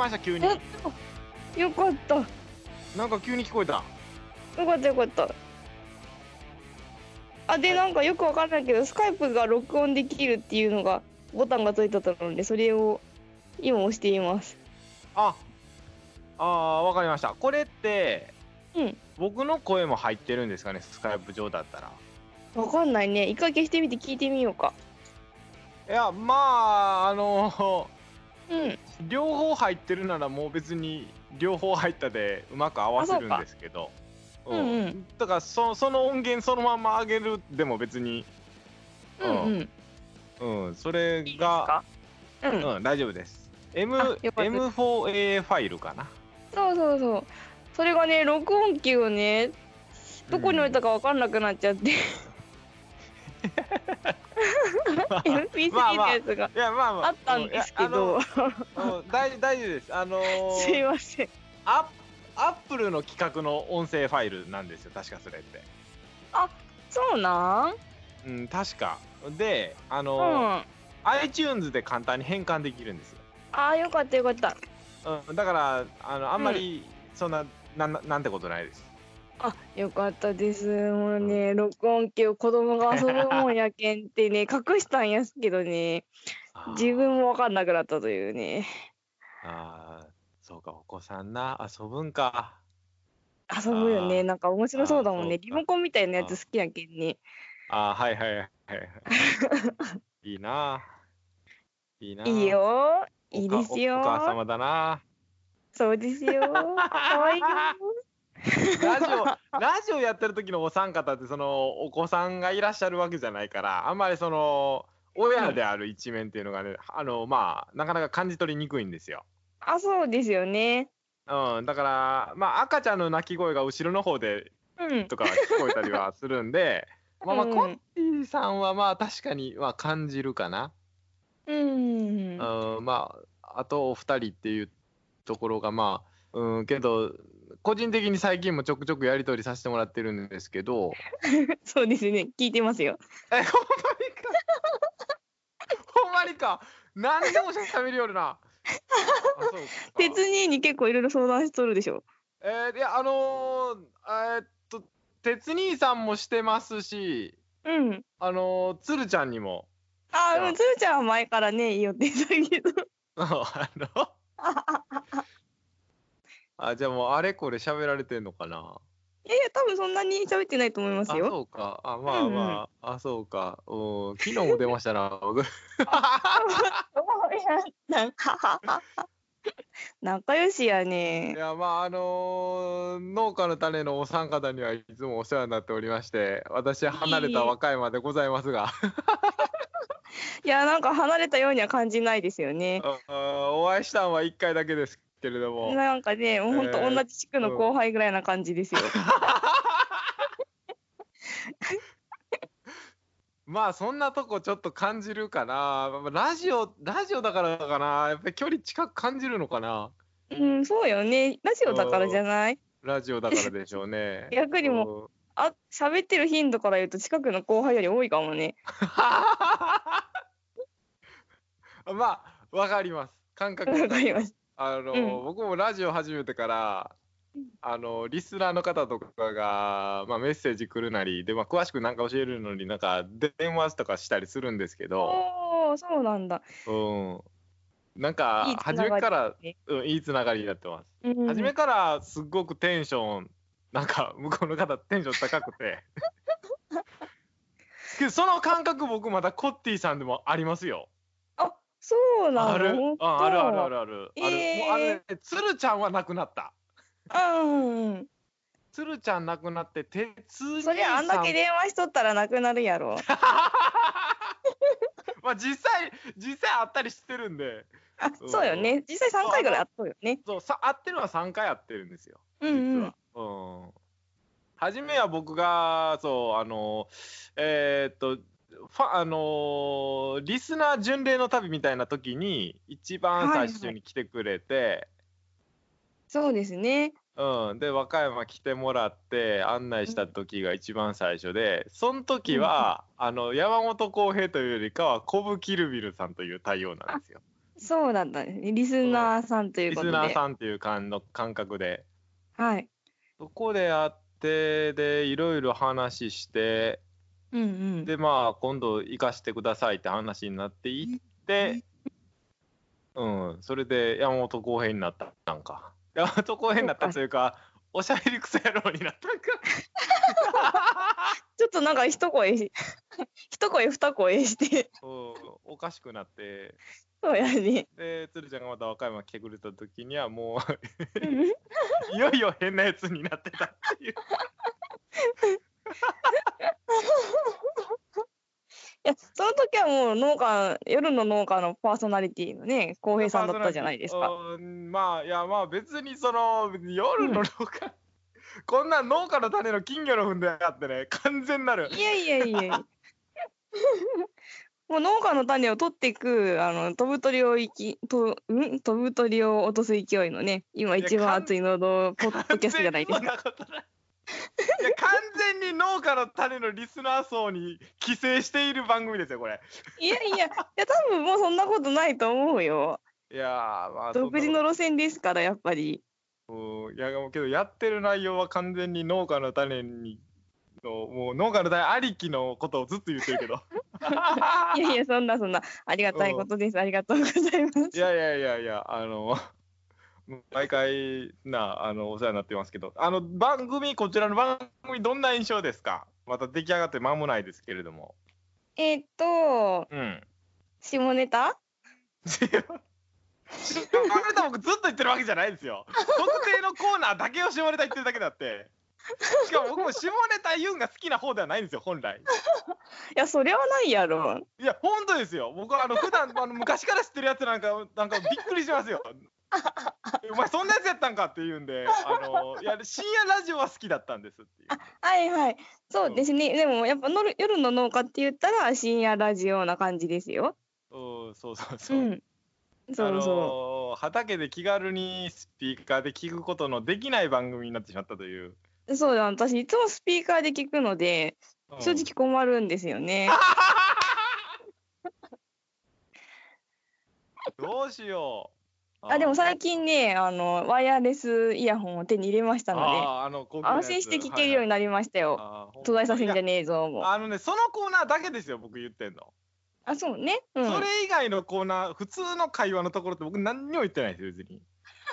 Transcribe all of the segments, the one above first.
ました急に。 やっとよかった。よなんか急に聞こえた。 かったよかった。あ、で、 はいなんかよくわかんないけど、スカイプが録音できるっていうのが、ボタンがついてたので、それを今押しています。 あわかりました。これってうん。 僕の声も入ってるんですかね、スカイプ上だったら。 わかんないね。一回消してみて聞いてみようか。 いやまあうん。 両方入ってるならもう別に両方入ったでうまく合わせるんですけど、 うんうん。 だからその音源そのまま上げるでも別に、 うんうん。 それいいですがか？うん。 大丈夫です。 あ、よかった。 M4A ファイルかな。 そうそうそう。それがね、録音機をね、どこに置いたかわかんなくなっちゃって。MP3 のやつがいやまあまあったんですけど。 大丈夫です。 すいません。 アップルの企画の音声ファイルなんですよ、確かそれって。 あ、そうなん？ うん、確か。で、 うん。 iTunes で簡単に変換できるんですよ。 あ、よかったよかった。 だからあんまりそんな、なんてことないです。 あ、よかったです。もうね、録音機を子供が遊ぶもんやけんってね、隠したんやすけどね、自分もわかんなくなったというね。 そうか、お子さんな、遊ぶんか。 遊ぶよね。なんか面白そうだもんね。リそうか。 モコンみたいなやつ好きやけんね。 はいはいはいはい。いいな。いいいいな。 よ。いいですよ。 お母様だな。 そうですよ。かわいいよ。 ラジオやってる時のお三方ってそのお子さんがいらっしゃるわけじゃないから、あんまりその親である一面っていうのがね、まあなかなか感じ取りにくいんですよ。 あ、そうですよね。 だからまあ赤ちゃんの泣き声が後ろの方でうん。 とか聞こえたりはするんで、コッうん。 ティさんはまあ確かに感じるかな。 うん。 あとお二人っていうところがけど個人的に最近もちょくちょくやり取りさせてもらってるんですけど。 そうですね。聞いてますよ。 ほんまにか。ほんまにか。何でも喋りよるな。そうか。 鉄兄に結構いろいろ相談しとるでしょ。 いや鉄兄さんもしてますし、 うん。 鶴ちゃんにも。 うん、つるちゃんは前からね、いいよって言ってたけど。 じゃあもうあれこれ喋られてんのかな。 いやいや、多分そんなに喋ってないと思いますよ。 そうか。 うんうん。 そうか。昨日も出ましたな、僕。 仲良しやね。 いや農家の種のお三方にはいつもお世話になっておりまして、私は離れた和歌山でございますが。 いや、なんか離れたようには感じないですよね。 お会いしたんは1回だけですけれども。 なんかね、もうほんと同じ地区の後輩ぐらいな感じですよ。 まあそんなとこちょっと感じるかな。ラジオだからかな。やっぱり距離近く感じるのかな。 うん、そうよね。ラジオだからじゃない？ ラジオだからでしょうね。 逆にも喋ってる頻度から言うと近くの後輩より多いかもね。 わかります。感覚わかります。うん。 僕もラジオ始めてからリスナーの方とかが、メッセージ来るなりで、詳しくなんか教えるのになんか電話とかしたりするんですけど、 おお、そうなんだ。 なんか初いいつながりめから、 ね。 いいつながりになってます。 うん。 初めからすっごくテンション、なんか向こうの方テンション高くてけどその感覚僕まだコッティさんでもありますよ。 あ、そうなの？ほんあるあるあと？ るある。もうね、鶴ちゃんは亡くなった。 うん。 鶴ちゃん亡くなって、鉄兄そりゃあんださん。 け電話しとったらなくなるやろ。 実際会ったりしてるんで。 そうよね。実際3回ぐらい会っとるよね。 会ってるのは3回会ってるんですよ、 うん実うん。 は。初めは僕がリスナー巡礼の旅みたいな時に一番最初に来てくれて、 そうですね。 で和歌山来てもらって案内した時が一番最初で、その時は山本浩平というよりかはコブキルビルさんという対応なんですよ。 そうだったんですね。リスナーさんというリことで。 スナーさんっていう感覚で。 はい。 そこで会って、で、いろいろ話して、 うんうん。 で、まあ、今度行かしてくださいって話になっていって、それで山本浩平になったんか。山本浩平になったというか、おしゃべりクソ野郎になったんか。 ちょっとなんか一声一声二声して、 おかしくなって、 そうやね。 で、鶴ちゃんがまた和歌山来てくれた時にはもううんいいよいよ変なやつになってたっていう。 や、その時はもう夜の農家のパーソナリティのね、浩平さんだったじゃないですか。 まあ、いや、まあ別にその、夜の農家、こんなん農家の種の金魚の糞であってね、完全なる。 いやいやいや。もう農家の種を取っていく、飛ぶ鳥を落とす勢いのね、今一番熱いのどポッドキャストじゃないですか。 そんなことない。いや、完全に農家の種のリスナー層に寄生している番組ですよ、これ。 いや、多分もうそんなことないと思うよ。 いやー、まあ、 独自の路線ですから、やっぱり。 いや、けど、やってる内容は完全に農家の種もう農家の種ありきのことをずっと言ってるけど。 いやいや、そんな、ありがたいことです。ありがとうございます。 いやいや、毎回お世話になってますけど、こちらの番組、どんな印象ですか？また出来上がって間もないですけれども。 下ネタ僕ずっと言ってるわけじゃないですよ。特定のコーナーだけを下ネタ言ってるだけだって。しかも僕も下ネタ言うんが好きな方ではないんですよ、本来。 いや、それはないやろ。 いや、本当ですよ。僕は普段昔から知ってるやつなんかびっくりしますよ。お前そんなやつやったんかって言うんで、いや深夜ラジオは好きだったんですっていう。 はいはい。そうですね。でもやっぱ夜の農家って言ったら深夜ラジオな感じですよ。 そう。 そうそ畑で気軽にスピーカーで聞くことのできない番組になってしまったという。 う。そうだ、私いつもスピーカーで聞くので、正直困るんですよね。 どうしよう。 でも最近ね、ワイヤレスイヤホンを手に入れましたので、安心して聞けるようになりましたよ。途絶えさせんじゃねえぞも。 そのコーナーだけですよ、僕言ってんの。 そうね。 それ以外のコーナー、普通の会話のところって僕何にも言ってないですよ、別に。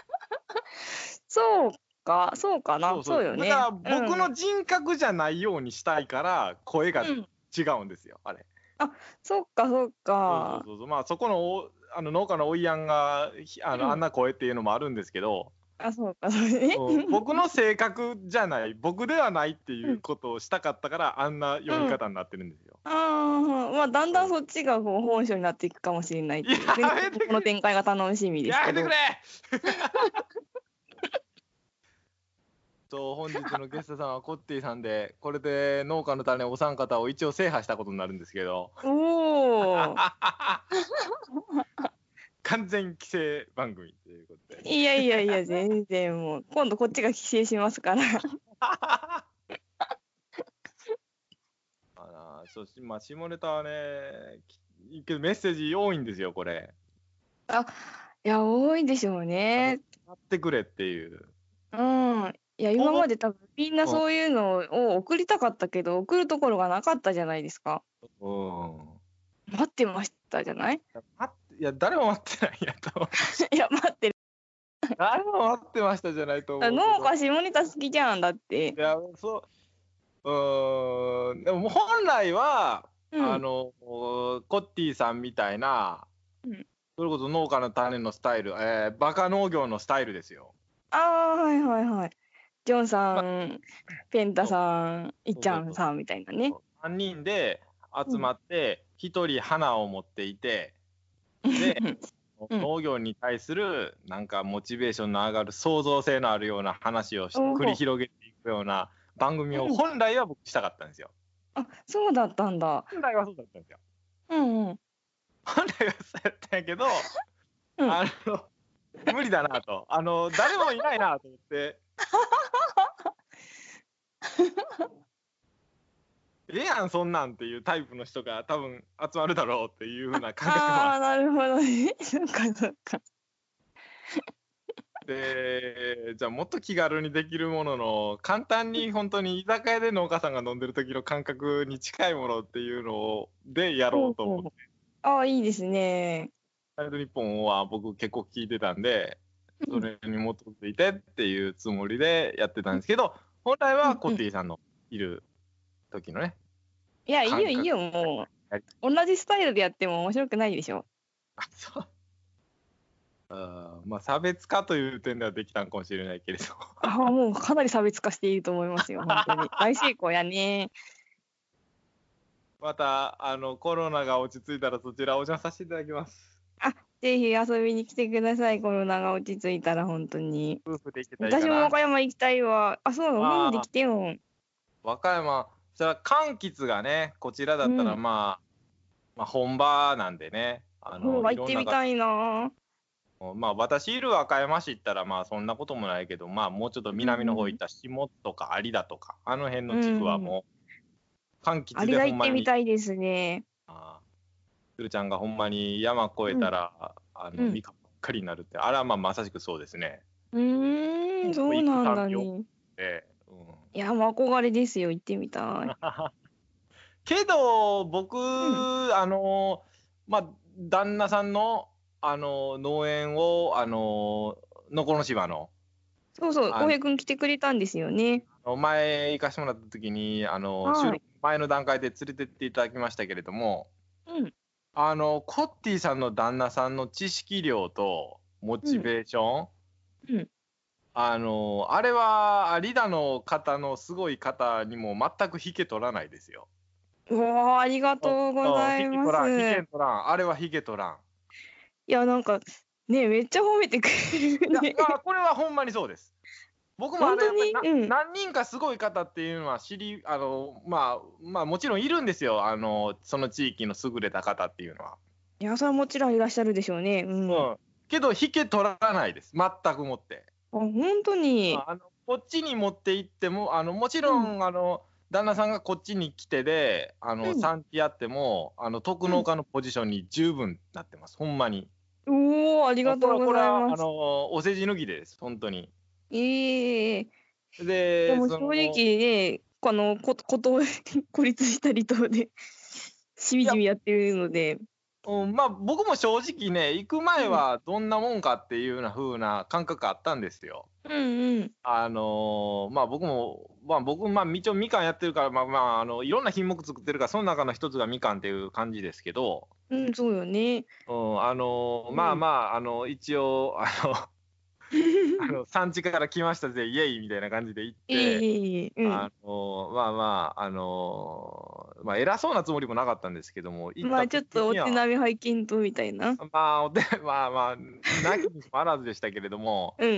そうかな。そうよね。 だから僕の人格じゃないようにしたいから声が違うんですよ、あれ。 そうか。 まあそこの農家のおいやんがあんな声っていうのもあるんですけど、 そうか、そうね。 僕の性格じゃない、僕ではないっていうことをしたかったからあんな読み方になってるんですよ。 まあだんだんそっちが本性になっていくかもしれないっていう。この展開が楽しみですけど。 やめてくれ本日のゲストさんはコッティさんで、これで農家の種お三方を一応制覇したことになるんですけど。完全規制番組ということで。 いや、全然もう。今度こっちが規制しますから。 まあ、下ネタはね、けどメッセージ多いんですよ、これ。 いや、多いでしょうね。 やってくれっていう。 いや、今まで多分みんなそういうのを送りたかったけど、送るところがなかったじゃないですか。待ってましたじゃない？ いや、誰も待ってないやと。 いや、待ってる。 誰も待ってましたじゃないと思う。 農家下ネタ好きじゃん、だって。 いや、でも本来は、コッティさんみたいな、それこそ農家の種のスタイル、バカ農業のスタイルですよ。 はい。ジョンさん、ペンタさん、イちゃんさんみたいなね。 3人で集まって1人花を持っていて、で農業に対するなんかモチベーションの上がる創造性のあるような話を繰り広げていくような番組を本来は僕したかったんですよ。 そうだったんだ。 本来はそうだったんですよ。本来はそうやったんやけど、無理だなと、誰もいないなと思って。 ええやんそんなんっていうタイプの人が多分集まるだろうっていう風な感覚もああ、 あっなるほどね。そっかそっか。 て、じゃあもっと気軽にできるものの、簡単に本当に居酒屋で農家さんが飲んでる時の感覚に近いものっていうのをでやろうと思って、 ああ、いいですね。 サイドニッポンは僕結構聞いてたんで、 うん。 それに基づいてっていうつもりでやってたんですけど、本来はコッうんうん。 ティさんのいる時のね、 いや、いいよ感覚いいよ、もやりう。同じスタイルでやっても面白くないでしょ。 そう。まあ差別化という点ではできたんかもしれないけれど。 ああ、もうかなり差別化していると思いますよ、ほんとに。大成功やね。 またコロナが落ち着いたらそちらお邪魔させていただきます。 あ、ぜひ遊びに来てください、コロナが落ち着いたらほんとに。 夫婦で行けたらいい私も和かな。 歌山行きたいわ。あ、そうなの、夫婦でああ、 来てよ。 和歌山、それは柑橘がね、こちらだったらうん。 まあ本場なんでね、 本場行っいろんな方、 てみたいな。 まあ私いる和歌山市行ったらまあそんなこともないけど、まあもうちょっと南の方行った下とか有田とか、あの辺うの地区はん。 もう柑橘で有田行ってみほんまに、 たいですね。 つるちゃんがほんまに山越えうん。 たら、 うん。 みかんばっかりになるって、あれはまあまさしくそうですね。 そう行くなんたんび思っだね。 て、 いや、もう憧れですよ、行ってみたい。 けど、僕、 うん。 まあ、旦那さんの、農園を、能古島の、 そうそう、 あの、 浩平くん来てくれたんですよね。 前行かしてもらった時に、収はい。 録前の段階で連れてっていただきましたけれども、 うん、 コッティさんの旦那さんの知識量とモチうん、 ベーション、 うん。 あれは、リーダーの方のすごい方にも全く引け取らないですよ。 うわあ、ありがとうございます。 引け取らん、あれは引け取らん。 いや、なんか、ね、めっちゃ褒めてくれるいや、 ね。 これはほんまにそうです。僕もほんとやっぱりに？うん。 何人かすごい方っていうのはまあ、もちろんいるんですよ。その地域の優れた方っていうのは。 いや、それはもちろんいらっしゃるでしょうね。うん。 けど引け取らないです。全くもって。 あ、ほんとに。 こっちに持って行っても、もちうん、 ろん、旦那さんがこっちに来てで、 うん、 産地やっても、特うん。 農家のポジションに十分なってます。ほんまに。 おお、ありがとうごこれは、 ざいます。 お世辞抜きです。ほんとに。 ええ。でで、 も正直ね、孤立した離島でしみいや、 じみやってるので。 まあ、僕も正直ね、行く前うん。 はどんなもんかっていうような風な感覚あったんですよ。 うんうん。 まあ、一応みかんやってるから、いろんな品目作ってるから、その中の一つがみかんっていう感じですけど、 うん、そうよね。 まあうん。 まあ、一応、産地から来ましたぜ、イエイみたいな感じで行っいえいて、 えいえ、うん。 偉そうなつもりもなかったんですけども、行っまあ、 たちょっとお時には、 手並み拝見とみたいな。 なきにしもあらずでしたけれども、 うんうん。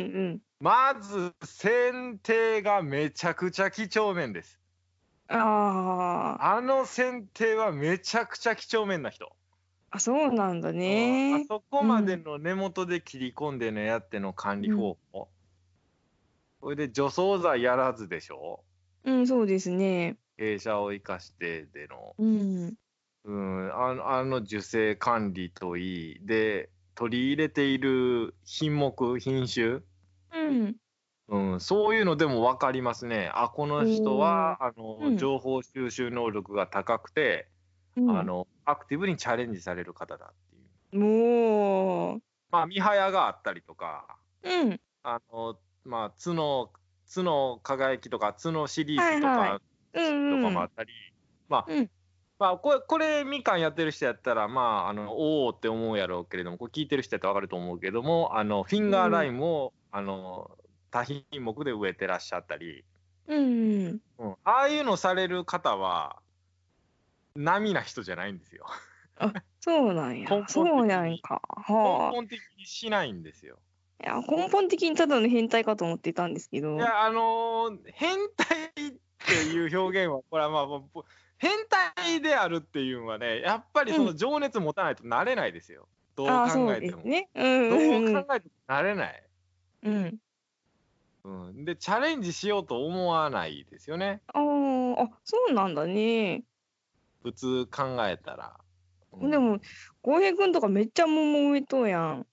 まず剪定がめちゃくちゃ几帳面です。 ああ。 剪定はめちゃくちゃ几帳面な人。 あ、そうなんだあね。 そこまでうん。 の根元で切り込んでねやっての管理うん。 方法。それで除草剤やらずでしょ。 うん、そうですね。 傾斜を生かしてでの、 うん。 受精管理といい、で、取り入れている品種、 うん。 そういうのでも分かりますね。あ、こおの人お。 は、 うん。 情報収集能力が高くて、 うん。 アクティブにチャレンジされる方だっていう。 もう。 まあ、見早があったりとか、 うん。 まあ、角輝きとか、角シリーズとか、 はいはい。うんうん。 もあったり、まあ、 うん。 これみかんやってる人やったら、おおって思うやろうけれども、これ聞いてる人やったら分かると思うけども、フィンガーラうん。 イムを、多品目で植えてらっしゃったり、 うんうん。 ああいうのされる方は、並な人じゃないんですよ。 あ、そうなんや。 根本そう的に。 なんか。はあ。 しないんですよ。 いや、根本的にただの変態かと思ってたんですけど。 いや、変態っていう表現は、これは変態であるっていうのはね、やっぱりうん。 その情熱持たないとなれないですよ。どうああ、 考そうえても。 ですね。うんどううんうん。 考えてもなれない。 うん。 で、チャレンジしようと思わないですよね。 ああ、そうなんだね。 普通考えたら。 でも、浩平くんとかめっちゃ桃植えとうやん。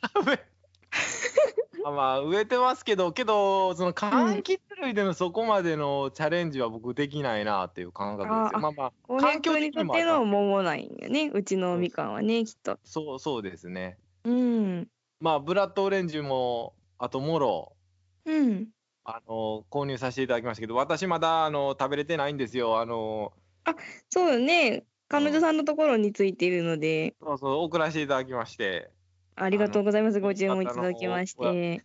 まあ植えてますけど、その柑うん。 橘類でのそこまでのチャレンジは僕できないなっていう感覚ですよ。まあ浩平環境くんにとって的にもあります。 の桃なんやね。うちのそうみかんはね、きっと。 そうですね。 うん。 まあブラッドオレンジもあとモロうん。 購入させていただきましたけど、私まだ食べれてないんですよ。 あ、そうよね。 うん、 彼女さんのところについているので、 そうそう送らせていただきまして、 ありがとうございます。 こご注文いの方のただきまし親て。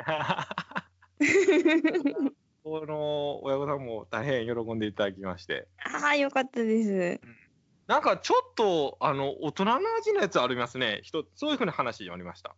この親御さんも大変喜んでいただきまして。 ああ、よかったです。 なんかちょっと大人の味のやつありますね。そういうふうな話ありました。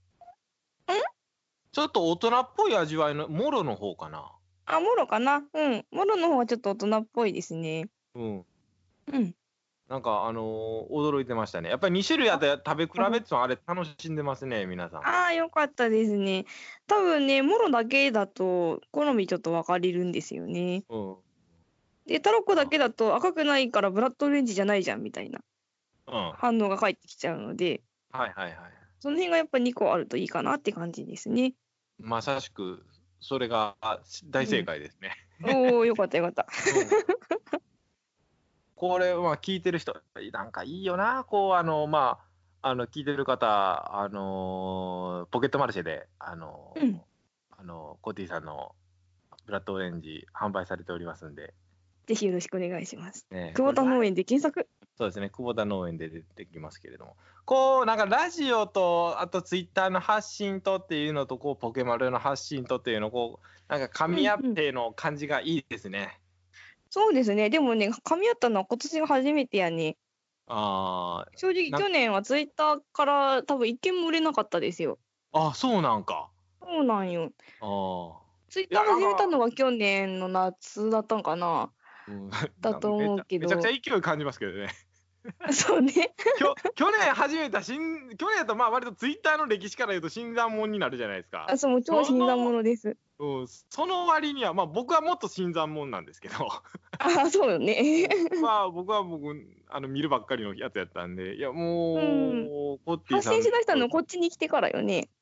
ちょっと大人っぽい味わいのモロの方かな。 モロかな。うん。モロの方はちょっと大人っぽいですね。 うん。 うん。 なんか驚いてましたね。やっぱり2種類あって食べ比べっていうのはあれ楽しんでますね、皆さん。 よかったですね。多分ね、モロだけだと好みちょっと分かれるんですよね。 うん。 で、タロッコだけだと赤くないからブラッドオレンジじゃないじゃんみたいなうん。 反応が返ってきちゃうので、 はいはいはい。 その辺がやっぱ2個あるといいかなって感じですね。 まさしく、それが大正解ですね。 おお、よかったよかった。 うん。これ、まあ、聞いてる人、なんかいいよな、こう、まあ、聞いてる方、ポケットマルシェで、 うん。 コティさんのブラッドオレンジ販売されておりますんで、 ぜひよろしくお願いします。 ね、 久保田農園で検索。 そうですね、久保田農園で出てきますけれども、なんかラジオと、あとツイッターの発信とっていうのと、ポケマルの発信とっていうの、なんか噛み合っての感じがいいですね。 そうですね。でもね、噛み合ったのは今年が初めてやね。正直、 なん去年はツイッターから多分一件も売れなかったですよ。 そうなんか。 そうなんよ。ツイッいや、 ター始めたのは去年の夏だったんかな。だと思うけめちゃくちゃど。 勢い感じますけどね。 そうね。 去年始めた去年だと割とツイッターの歴史から言うと新参者になるじゃないですか。 そう、超新参者です。 その割には、僕はもっと新参者なんですけど。 そうよね。 僕は見るばっかりのやつやったんで、いやもう、コッティ発さん信しだしたのこっちに来てからよね。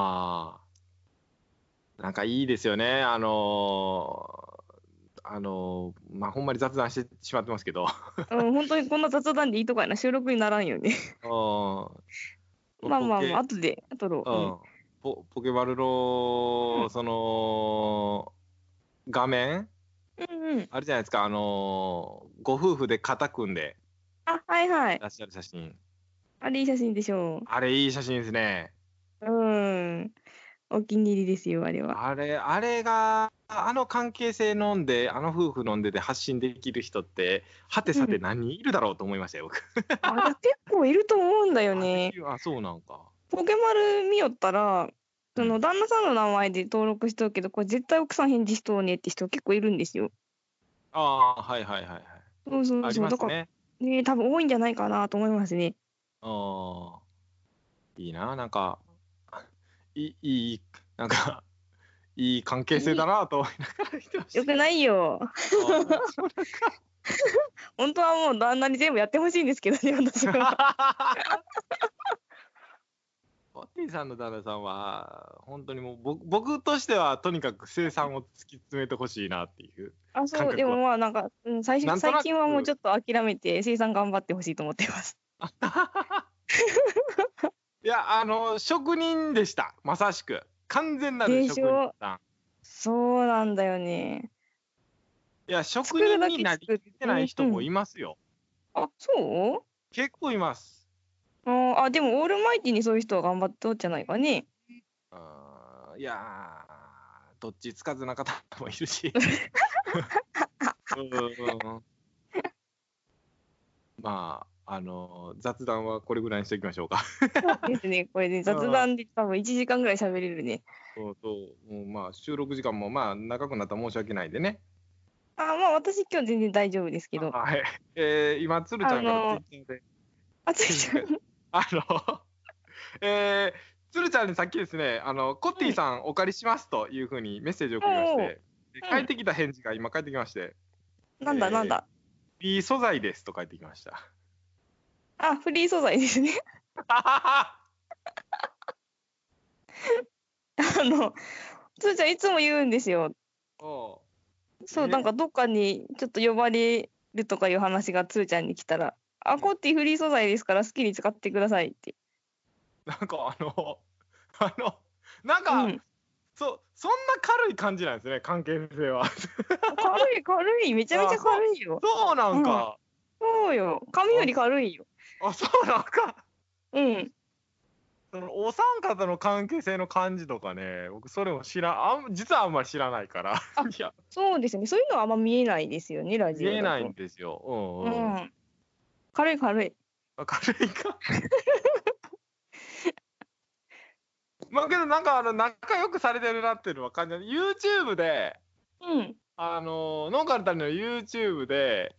なんかいいですよね。ほんまに雑談してしまってますけど。 本当にこんな雑談でいいとかやな、収録にならんよね。まあ、後で撮ろう。ポケマルの、画面あれじゃないですか、ご夫婦で肩組んではいはい。 いらっしゃる写真。 あれいい写真でしょう。 あれいい写真ですね。 お気に入りですよ、あれは。 あれが、関係性飲んで、夫婦飲んでで発信できる人って、はてさて何人いるだろうと思いましたよ、僕。 結構いると思うんだよね。 そうなんか。 ポケマル見よったら、旦那さんの名前で登録しとるけど、これ絶対奥さん返事しとうねって人結構いるんですよ。 はいはいはいはい。 そうそうそう。 ありますね。 ね、多分多いんじゃないかなと思いますね。 いいな、なんか、なんか、いい関係性だなと思いながら言ってました。 よくないよ。本当はもう旦那に全部やってほしいんですけどね、私は。 ポッティさんの旦那さんは、本当にもう僕としてはとにかく生産を突き詰めてほしいなっていう感覚は。 でもなんか、最近はもうちょっと諦めて生産頑張ってほしいと思っています。 いや、職人でした。まさしく。完全なる職人さん。 そうなんだよね。 いや、職人になりきってない人もいますよ。 そう？ 結構います。 でもオールマイティにそういう人は頑張っておっちゃないかね。 いやどっちつかずな方もいるし。雑談はこれぐらいにしておきましょうか。 そうですね、これね、雑談で多分1時間ぐらい喋れるね。 もう収録時間も長くなったら申し訳ないんでね。 私今日全然大丈夫ですけど。 はい。今、鶴ちゃんからツイッターで。 鶴ちゃん。鶴ちゃんにさっきですね、コッティさんお借りしますというふうにメッセージを送りまして、返ってきた返事が今返ってきまして、 なんだなんだ。 いい素材ですと書いてきました。 あ、フリー素材ですね。つーちゃんいつも言うんですよ。そう、なんかどっかにちょっと呼ばれるとかいう話がつーちゃんに来たら、あ、コッティフリー素材ですから好きに使ってくださいって。 なんかなんか、そんな軽い感じなんですね、関係性は。 軽い、めちゃめちゃ軽いよ。 そうなんか。 そうよ、紙より軽いよ。 あ、そうなんか。 うん。 そのお三方の関係性の感じとかね、僕それも実はあんまり知らないから。いや、 そうですね、そういうのはあんま見えないですよね、ラジオだと。 見えないんですよ。 軽い軽い。 軽いか。まあけどなんか仲良くされてるなっていうのは感じない。YouTube で、ノーカルタルの YouTube で、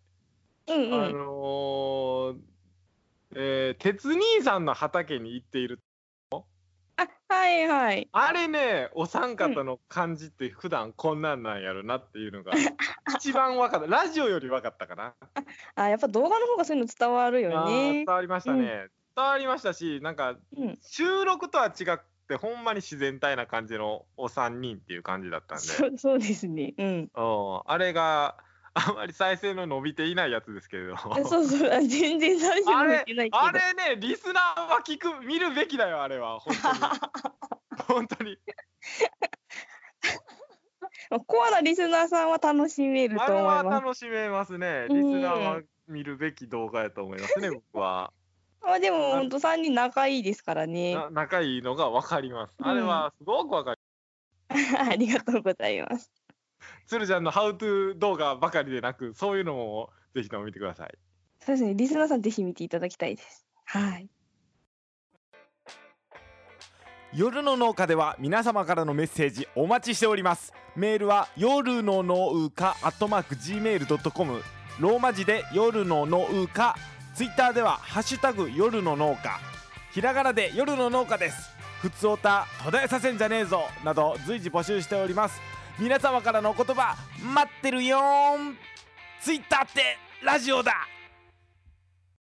鉄兄さんの畑に行っている。 あ、はいはい。 あれね、お三方の感じって普段こんなんなんやろなっていうのが一番分かった。ラジオより分かったかな。 やっぱ動画の方がそういうの伝わるよね。 伝わりましたね。伝わりましたし、なんか収録とは違ってほんまに自然体な感じのお三人っていう感じだったんで。 そうですね。 あれがあまり再生の伸びていないやつですけれども。 そう、全然再生伸びてないけど。 あれね、リスナーは見るべきだよ、あれは。本当に。本当に。 コアなリスナーさんは楽しめると思います。 あれは楽しめますね。リスナーは見るべき動画やと思いますね、僕は。 でも本当3人仲いいですからね。 仲いいのが分かります。あれはすごく分かります。ありがとうございます。 つるちゃんのハウトゥー動画ばかりでなく、そういうのもぜひとも見てください。 そうですね、リスナーさんぜひ見ていただきたいです。はい。 夜の農家では皆様からのメッセージお待ちしております。メールは夜の農家@gmail.com、 ローマ字で夜の農家。ツイッターではハッシュタグ夜の農家、ひらがなで夜の農家です。ふつおた途絶えさせんじゃねえぞなど随時募集しております。皆様からのお言葉待ってるよーん。ツイッターってラジオだ。